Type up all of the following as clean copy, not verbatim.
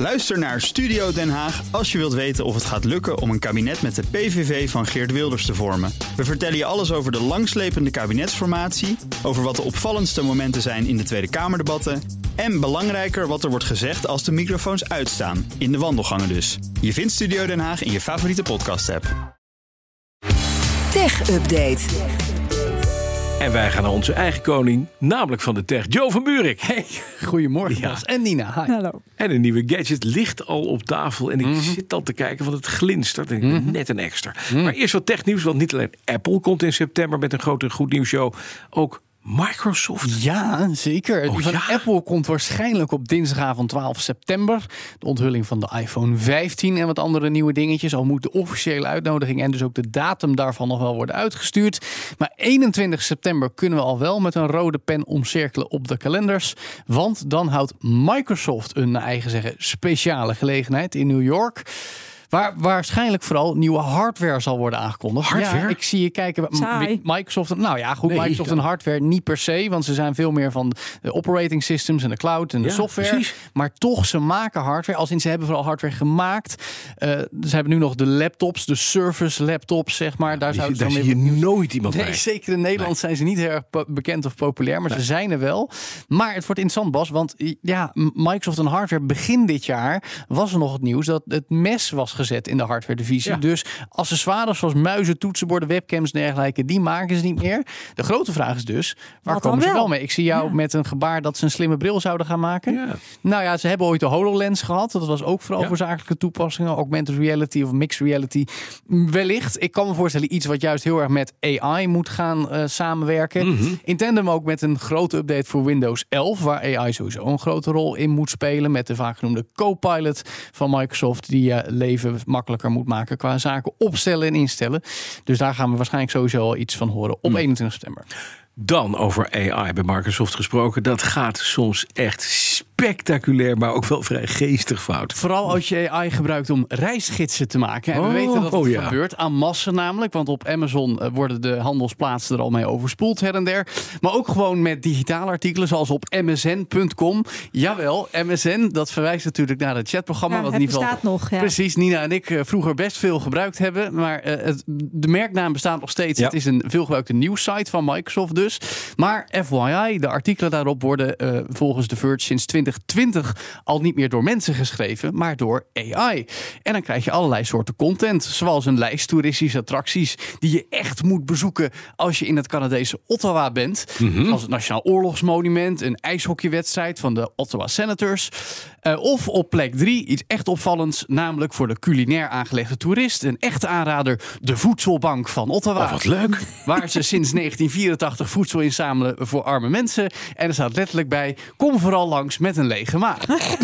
Luister naar Studio Den Haag als je wilt weten of het gaat lukken om een kabinet met de PVV van Geert Wilders te vormen. We vertellen je alles over de langslepende kabinetsformatie, over wat de opvallendste momenten zijn in de Tweede Kamerdebatten en belangrijker wat er wordt gezegd als de microfoons uitstaan, in de wandelgangen dus. Je vindt Studio Den Haag in je favoriete podcast-app. Tech Update. En wij gaan naar onze eigen koning, namelijk van de tech, Joe van Buurik. Hey, goedemorgen Bas. En Nina, hi. Hallo. En een nieuwe gadget ligt al op tafel. En ik zit al te kijken, want het glinstert. En ik ben net een extra. Maar eerst wat technieuws, want niet alleen Apple komt in september met een grote goed nieuws show. Ook Microsoft. Ja, zeker. Die van Apple komt waarschijnlijk op dinsdagavond 12 september. De onthulling van de iPhone 15 en wat andere nieuwe dingetjes. Al moet de officiële uitnodiging en dus ook de datum daarvan nog wel worden uitgestuurd. Maar 21 september kunnen we al wel met een rode pen omcirkelen op de kalenders. Want dan houdt Microsoft een eigen zeggen speciale gelegenheid in New York. Waar waarschijnlijk vooral nieuwe hardware zal worden aangekondigd. Hardware? Ja, ik zie je kijken. Microsoft, nou ja, goed. Nee, Microsoft en hardware niet per se. Want ze zijn veel meer van de operating systems en de cloud en de software. Precies. Maar toch, ze maken hardware. Als in ze hebben vooral hardware gemaakt. Ze hebben nu nog de laptops, de Surface laptops, zeg maar. Daar zie je nooit iemand Nee, bij. zeker in Nederland zijn ze niet heel erg bekend of populair. Maar ze zijn er wel. Maar het wordt interessant, Bas. Want ja, Microsoft en hardware begin dit jaar was er nog het nieuws dat het mes was gezet in de hardware divisie. Ja. Dus accessoires zoals muizen, toetsenborden, webcams en dergelijke, die maken ze niet meer. De grote vraag is dus, waar Wat komen dan ze wel? wel mee? Ik zie jou met een gebaar dat ze een slimme bril zouden gaan maken. Ja. Nou ja, ze hebben ooit de HoloLens gehad. Dat was ook vooral voor zakelijke toepassingen. Augmented reality of mixed reality. Wellicht. Ik kan me voorstellen iets wat juist heel erg met AI moet gaan samenwerken. In tandem ook met een grote update voor Windows 11. Waar AI sowieso een grote rol in moet spelen. Met de vaak genoemde Copilot van Microsoft. Die je leven makkelijker moet maken qua zaken opstellen en instellen. Dus daar gaan we waarschijnlijk sowieso al iets van horen op 21 september. Dan over AI bij Microsoft gesproken. Dat gaat soms echt spectaculair, maar ook wel vrij geestig fout. Vooral als je AI gebruikt om reisgidsen te maken. En we weten dat het gebeurt aan massa namelijk. Want op Amazon worden de handelsplaatsen er al mee overspoeld her en der. Maar ook gewoon met digitale artikelen zoals op msn.com. Jawel, MSN, dat verwijst natuurlijk naar het chatprogramma. Ja, wat het in ieder geval bestaat nog. Ja. Precies, Nina en ik vroeger best veel gebruikt hebben. Maar de merknaam bestaat nog steeds. Ja. Het is een veelgebruikte nieuwssite van Microsoft dus. Maar FYI, de artikelen daarop worden volgens The Verge sinds 2020 al niet meer door mensen geschreven, maar door AI. En dan krijg je allerlei soorten content, zoals een lijst toeristische attracties die je echt moet bezoeken als je in het Canadese Ottawa bent. Zoals het Nationaal Oorlogsmonument, een ijshockeywedstrijd van de Ottawa Senators. Of op plek 3, iets echt opvallends, namelijk voor de culinair aangelegde toerist, een echte aanrader, de Voedselbank van Ottawa. Oh, wat leuk. Waar ze sinds 1984 voedsel inzamelen voor arme mensen. En er staat letterlijk bij, kom vooral langs met een lege maag.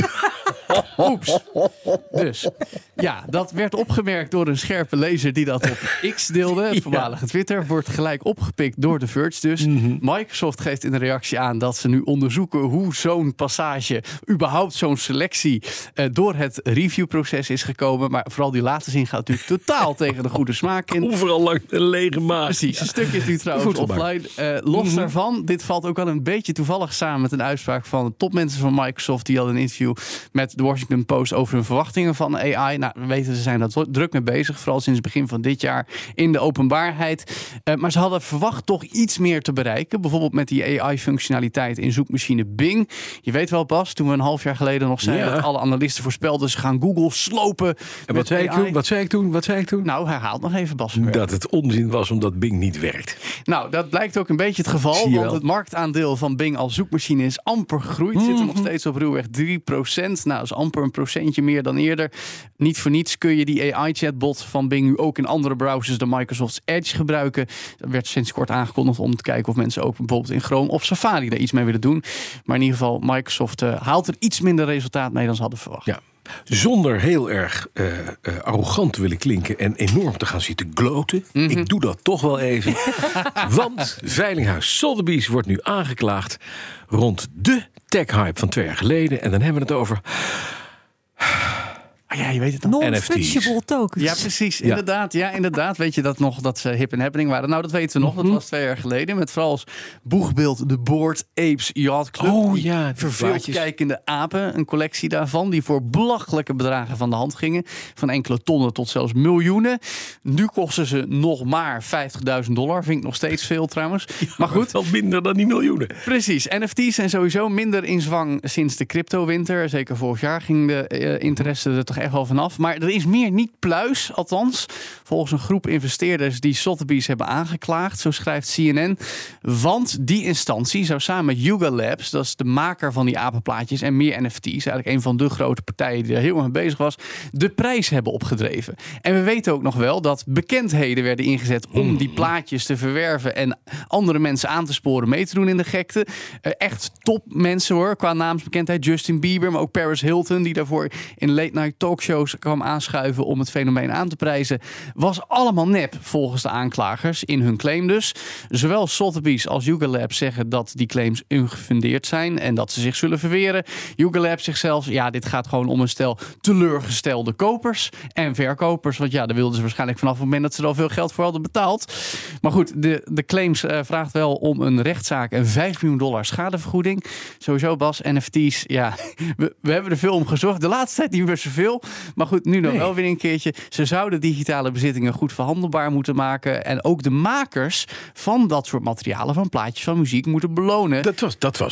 Oeps. Dus ja, dat werd opgemerkt door een scherpe lezer die dat op X deelde. Het voormalige Twitter. Wordt gelijk opgepikt door The Verge dus. Microsoft geeft in de reactie aan dat ze nu onderzoeken hoe zo'n passage, überhaupt zo'n selectie, door het reviewproces is gekomen. Maar vooral die laatste zin gaat natuurlijk totaal tegen de goede smaak in. Overal langs een lege maag. Precies, een stukje is nu trouwens offline. Los daarvan, dit valt ook wel een beetje toevallig samen met een uitspraak van topmensen van Microsoft. Die hadden een interview met de Washington Post over hun verwachtingen van AI. Nou, we weten, ze zijn daar druk mee bezig. Vooral sinds het begin van dit jaar in de openbaarheid. Maar ze hadden verwacht toch iets meer te bereiken. Bijvoorbeeld met die AI-functionaliteit in zoekmachine Bing. Je weet wel, Bas, toen we een half jaar geleden nog zeiden dat alle analisten voorspelden ze gaan Google slopen. En wat zei ik toen? Nou, herhaal nog even, Bas. Dat het onzin was omdat Bing niet werkt. Nou, dat blijkt ook een beetje het geval. Zie je Want wel. het marktaandeel van Bing als zoekmachine is amper gegroeid. Zit er nog steeds op ruwweg 3%. Nou, dat is amper een procentje meer dan eerder. Niet voor niets kun je die AI-chatbot van Bing nu ook in andere browsers dan Microsoft's Edge gebruiken. Dat werd sinds kort aangekondigd om te kijken of mensen ook bijvoorbeeld in Chrome of Safari daar iets mee willen doen. Maar in ieder geval, Microsoft haalt er iets minder resultaat mee dan ze hadden verwacht. Ja. Zonder heel erg arrogant te willen klinken en enorm te gaan zitten gloten. Ik doe dat toch wel even. Want veilinghuis Sotheby's wordt nu aangeklaagd rond de tech-hype van 2 jaar geleden. En dan hebben we het over Ja, je weet het dan. Non-fungible tokens. Ja, precies. Ja. Inderdaad. Weet je dat nog, dat ze hip en happening waren? Nou, dat weten we nog. Dat was 2 jaar geleden. Met vooral als boegbeeld de Bored Apes Yacht Club. Oh Die ja, die verveeld plaatjes. kijkende apen. Een collectie daarvan. Die voor belachelijke bedragen van de hand gingen. Van enkele tonnen tot zelfs miljoenen. Nu kosten ze nog maar $50.000. Vind ik nog steeds veel trouwens. Maar goed. Wel minder dan die miljoenen. Precies. NFT's zijn sowieso minder in zwang sinds de cryptowinter. Zeker vorig jaar ging de interesse er toch echt wel vanaf. Maar er is meer niet pluis, althans. Volgens een groep investeerders die Sotheby's hebben aangeklaagd. Zo schrijft CNN. Want die instantie zou samen met Yuga Labs, dat is de maker van die apenplaatjes en meer NFT's, eigenlijk een van de grote partijen die er heel erg mee bezig was, de prijs hebben opgedreven. En we weten ook nog wel dat bekendheden werden ingezet om die plaatjes te verwerven en andere mensen aan te sporen mee te doen in de gekte. Echt topmensen hoor, qua naamsbekendheid. Justin Bieber, maar ook Paris Hilton, die daarvoor in late night talkshows kwam aanschuiven om het fenomeen aan te prijzen. Was allemaal nep, volgens de aanklagers, in hun claim dus. Zowel Sotheby's als Yuga Labs zeggen dat die claims ongefundeerd zijn en dat ze zich zullen verweren. Yuga Labs zegt zelfs, ja, dit gaat gewoon om een stel teleurgestelde kopers en verkopers. Want ja, daar wilden ze waarschijnlijk vanaf het moment dat ze er al veel geld voor hadden betaald. Maar goed, de claims vraagt wel om een rechtszaak en $5 miljoen schadevergoeding. Sowieso, Bas, NFT's, ja, we hebben er veel om gezocht. De laatste tijd niet meer zoveel. Maar goed, nu nog wel weer een keertje. Ze zouden digitale bezittingen goed verhandelbaar moeten maken. En ook de makers van dat soort materialen, van plaatjes, van muziek, moeten belonen. Dat was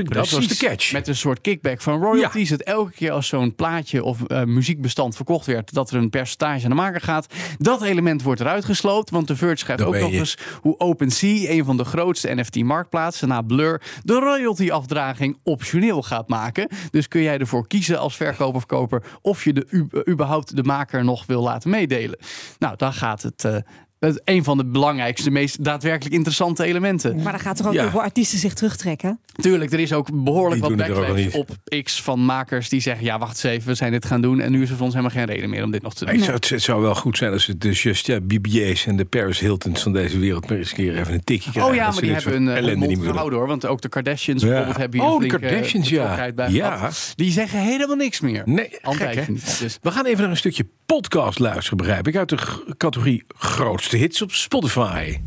de catch. Met een soort kickback van royalties. Dat elke keer als zo'n plaatje of muziekbestand verkocht werd, dat er een percentage aan de maker gaat. Dat element wordt eruit gesloopt. Want The Verge schrijft ook nog eens hoe OpenSea, een van de grootste NFT-marktplaatsen na Blur, de royalty-afdraging optioneel gaat maken. Dus kun jij ervoor kiezen als verkoper of koper of je überhaupt de maker nog wil laten meedelen. Nou, dan gaat het een van de belangrijkste, meest daadwerkelijk interessante elementen. Maar dan gaat toch ook heel veel artiesten zich terugtrekken? Tuurlijk, er is ook behoorlijk Die wat doen het er ook backlash niet. op X van makers die zeggen, ja, wacht eens even, we zijn dit gaan doen en nu is er voor ons helemaal geen reden meer om dit nog te doen. Het zou wel goed zijn als de Justin Bieber's en de Paris Hiltons van deze wereld maar eens een keer even een tikje krijgen. Oh ja, Dat maar ze die dit hebben soort een ellende niet mond meer gehouden hoor. Want ook de Kardashians bijvoorbeeld hebben hier Oh, een de flinke Kardashians, betrokkenheid bij ja. gehad. Die zeggen helemaal niks meer. Nee, Al een gek, tijdje hè? niet. Dus. We gaan even naar een stukje podcast luisteren, begrijp ik, uit de categorie grootste hits op Spotify.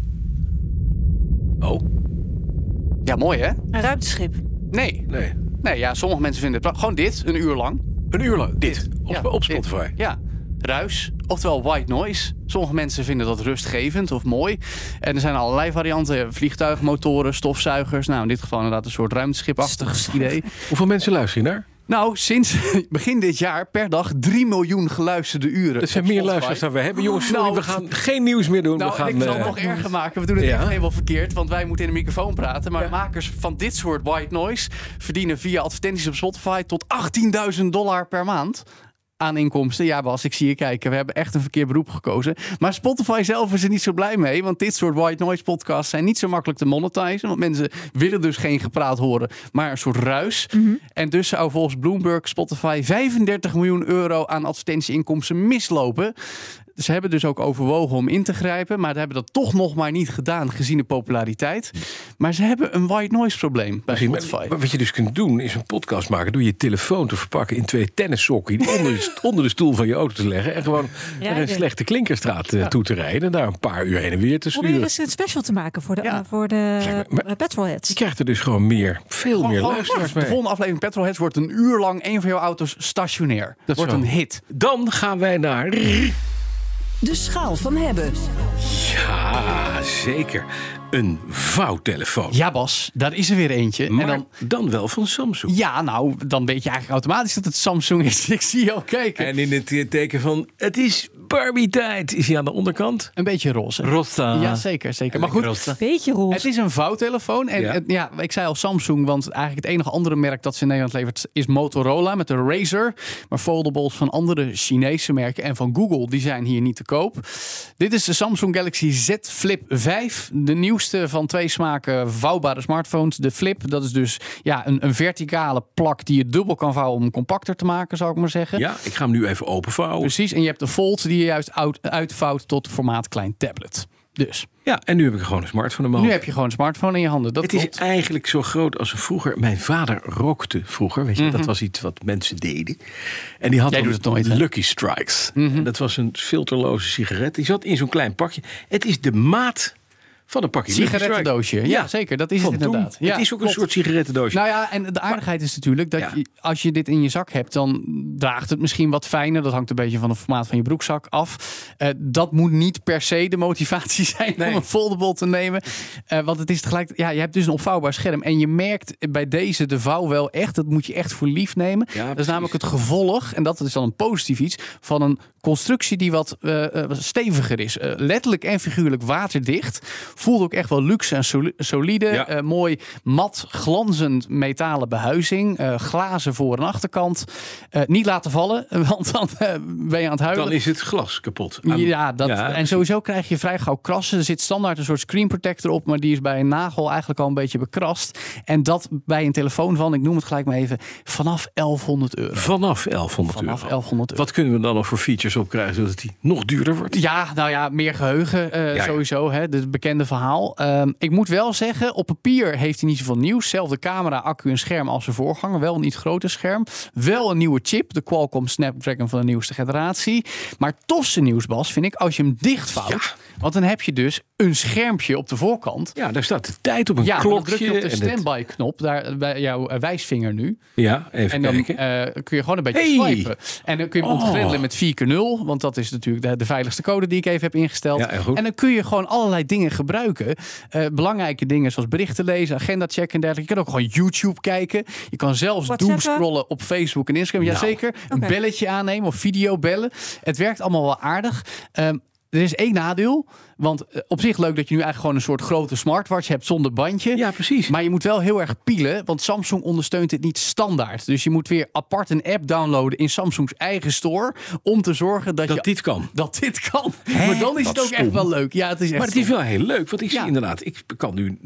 Oh, Ja, mooi hè? Een ruimteschip. Nee, nee. ja, sommige mensen vinden het gewoon dit, een uur lang. Een uur lang, dit, Ja, op dit. Spotify. Ja, ruis, oftewel white noise. Sommige mensen vinden dat rustgevend of mooi. En er zijn allerlei varianten. Vliegtuigmotoren, stofzuigers. Nou, in dit geval inderdaad een soort ruimteschipachtig idee. Hoeveel mensen luisteren je naar? Nou, sinds begin dit jaar per dag 3 miljoen geluisterde uren. Dat zijn op meer Spotify. luisteraars dan we hebben. Jongens, sorry, Nou, we gaan geen nieuws meer doen. Nou, we gaan, ik zal het nog erger maken. We doen het ja? echt helemaal verkeerd. Want wij moeten in de microfoon praten. Maar makers van dit soort white noise verdienen via advertenties op Spotify tot $18.000 per maand aan inkomsten. Ja, Bas, ik zie je kijken. We hebben echt een verkeerd beroep gekozen. Maar Spotify zelf is er niet zo blij mee. Want dit soort white noise podcasts zijn niet zo makkelijk te monetizen. Want mensen willen dus geen gepraat horen, maar een soort ruis. En dus zou volgens Bloomberg Spotify €35 miljoen aan advertentieinkomsten mislopen. Ze hebben dus ook overwogen om in te grijpen, maar ze hebben dat toch nog maar niet gedaan gezien de populariteit. Maar ze hebben een white noise probleem bij Spotify. Maar wat je dus kunt doen, is een podcast maken door je telefoon te verpakken in 2 tennissokken die onder de stoel van je auto te leggen en gewoon naar een slechte klinkerstraat toe te rijden en daar een paar uur heen en weer te Probeer sturen. eens een special te maken voor de Maar- petrolheads. Je krijgt er dus gewoon veel meer luisteraars De mee. volgende aflevering Petrolheads wordt een uur lang een van jouw auto's stationair. Dat wordt zo. een hit. Dan gaan wij naar... De schaal van hebben. Ja, zeker. Een vouwtelefoon. Ja, Bas, daar is er weer eentje. Maar En dan wel van Samsung. ja, nou, dan weet je eigenlijk automatisch dat het Samsung is. Ik zie je al kijken. En in het teken van, het is Barbie-tijd, is hij aan de onderkant. Een beetje roze. Rosta. Ja, zeker. Maar goed, Beetje roze. het is een vouwtelefoon. En Ja. ik zei al Samsung, want eigenlijk het enige andere merk dat ze in Nederland levert is Motorola met de Razr. Maar foldables van andere Chinese merken en van Google, die zijn hier niet te koop. Dit is de Samsung Galaxy Z Flip 5. De nieuwste van 2 smaken vouwbare smartphones. De Flip, dat is dus een verticale plak die je dubbel kan vouwen om hem compacter te maken, zou ik maar zeggen. Ja, ik ga hem nu even openvouwen. Precies, en je hebt de Fold die je juist uitvouwt tot formaat klein tablet. Dus. Ja, en nu heb ik gewoon een smartphone in mijn hand. Nu heb je gewoon een smartphone in je handen. Dat het klopt. is eigenlijk zo groot als vroeger. Mijn vader rookte vroeger. Weet je, dat was iets wat mensen deden. En die had Jij doet het nooit, hè? Lucky Strikes. En dat was een filterloze sigaret. Die zat in zo'n klein pakje. Het is de maat van een pakje sigarettendoosje. Ja, zeker. Dat is het inderdaad. Ja, het is ook een soort sigarettendoosje. Nou ja, en de aardigheid is natuurlijk dat als je dit in je zak hebt, dan draagt het misschien wat fijner. Dat hangt een beetje van het formaat van je broekzak af. Dat moet niet per se de motivatie zijn om een foldable te nemen. Want het is tegelijk, je hebt dus een opvouwbaar scherm. En je merkt bij deze de vouw wel echt. Dat moet je echt voor lief nemen. Ja, dat is namelijk het gevolg, en dat is dan een positief iets, van een constructie die wat steviger is. Letterlijk en figuurlijk waterdicht. Voelt ook echt wel luxe en solide. Mooi mat, glanzend metalen behuizing. Glazen voor- en achterkant. Niet laten vallen, want dan ben je aan het huilen. Dan is het glas kapot. En sowieso krijg je vrij gauw krassen. Er zit standaard een soort screen protector op, maar die is bij een nagel eigenlijk al een beetje bekrast. En dat bij een telefoon van, ik noem het gelijk maar even, vanaf €1100. Vanaf 1100 €. Wat kunnen we dan nog voor features opkrijgen zodat die nog duurder wordt? Ja, nou ja, meer geheugen sowieso. Hè, het bekende verhaal. Ik moet wel zeggen, op papier heeft hij niet zoveel nieuws. Zelfde camera, accu en scherm als zijn voorganger. Wel een iets groter scherm. Wel een nieuwe chip, de Qualcomm Snapdragon van de nieuwste generatie. Maar tofste nieuws, Bas, vind ik, als je hem dichtvouwt. Ja. Want dan heb je dus een schermpje op de voorkant. Ja, daar staat de tijd op een klokje. Dan druk je op de standby-knop, daar bij jouw wijsvinger nu. Ja, even en dan kijken. Kun je gewoon een beetje swipen. En dan kun je hem ontgrendelen met 4x0. Want dat is natuurlijk de veiligste code die ik even heb ingesteld. Ja, en dan kun je gewoon allerlei dingen gebruiken. Belangrijke dingen zoals berichten lezen, agenda checken en dergelijke. Je kan ook gewoon YouTube kijken. Je kan zelfs doomscrollen op Facebook en Instagram. Jazeker. Een belletje aannemen of videobellen. Het werkt allemaal wel aardig. Er is één nadeel. Want op zich leuk dat je nu eigenlijk gewoon een soort grote smartwatch hebt zonder bandje. Ja, precies. Maar je moet wel heel erg pielen, want Samsung ondersteunt het niet standaard. Dus je moet weer apart een app downloaden in Samsungs eigen store om te zorgen dat dit kan. Dat dit kan. Maar dan is het ook echt wel leuk. Ja, het is echt maar het is wel heel leuk, want ik zie inderdaad, ik kan nu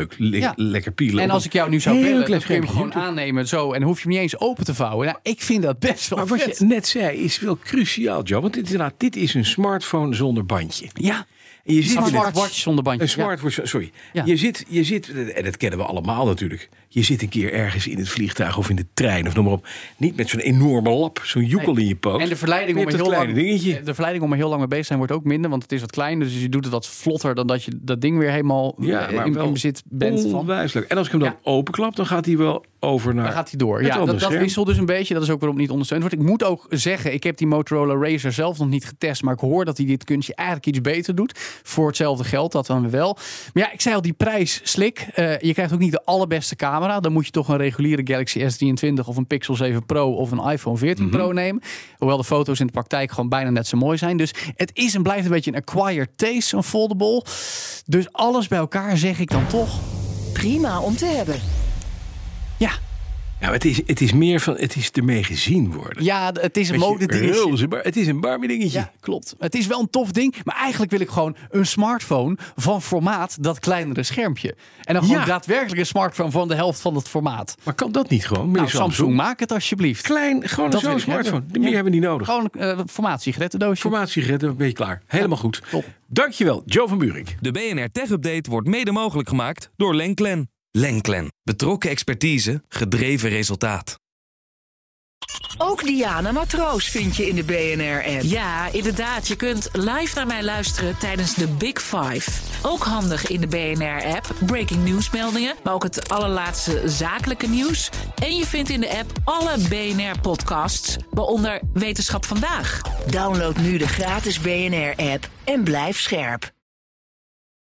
lekker pielen. En als ik jou nu zou bellen, dan kun je hem gewoon aannemen zo en hoef je hem niet eens open te vouwen. Nou, ik vind dat best wel Maar vet. wat je net zei is wel cruciaal, Joe. Want dit is een smartphone zonder bandje. Ja. En je zit een smartwatch zonder bandje. Een smartwatch, sorry. Ja. Je zit, en dat kennen we allemaal natuurlijk. Je zit een keer ergens in het vliegtuig of in de trein of noem maar op. Niet met zo'n enorme lap, zo'n joekel in je poot. En de verleiding om er heel lang mee bezig te zijn wordt ook minder, want het is wat kleiner. Dus je doet het wat vlotter dan dat je dat ding weer helemaal in bezit bent van. Onwijs leuk. En als ik hem dan openklap, dan gaat hij wel over naar. Dan gaat hij door. Ja, dat wisselt dus een beetje. Dat is ook waarom het niet ondersteund wordt. Ik moet ook zeggen, ik heb die Motorola Razr zelf nog niet getest, maar ik hoor dat hij dit kunstje eigenlijk iets beter doet. Voor hetzelfde geld, dat dan wel. Maar ja, ik zei al, die prijs slik. Je krijgt ook niet de allerbeste camera. Dan moet je toch een reguliere Galaxy S23 of een Pixel 7 Pro of een iPhone 14 Pro nemen. Hoewel de foto's in de praktijk gewoon bijna net zo mooi zijn. Dus het is en blijft een beetje een acquired taste, zo'n foldable. Dus alles bij elkaar zeg ik dan toch. Prima om te hebben. Ja. Ja, het is meer van, het is ermee gezien worden. Ja, het is een modedingetje. Het is een Barbie dingetje. Ja, klopt. Het is wel een tof ding, maar eigenlijk wil ik gewoon een smartphone van formaat dat kleinere schermpje. En dan gewoon daadwerkelijk een smartphone van de helft van het formaat. Maar kan dat niet gewoon? Nou, Samsung, maak het alsjeblieft. Gewoon zo'n smartphone. Meer hebben we niet nodig. Gewoon formaat sigarettendoosje. Formaat sigaretten, ben je klaar. Helemaal goed. Top. Dankjewel, Joe van Buurik. De BNR Tech Update wordt mede mogelijk gemaakt door Lenklen. Lenklen. Betrokken expertise, gedreven resultaat. Ook Diana Matroos vind je in de BNR-app. Ja, inderdaad. Je kunt live naar mij luisteren tijdens de Big Five. Ook handig in de BNR-app. Breaking nieuwsmeldingen, maar ook het allerlaatste zakelijke nieuws. En je vindt in de app alle BNR-podcasts, waaronder Wetenschap Vandaag. Download nu de gratis BNR-app en blijf scherp.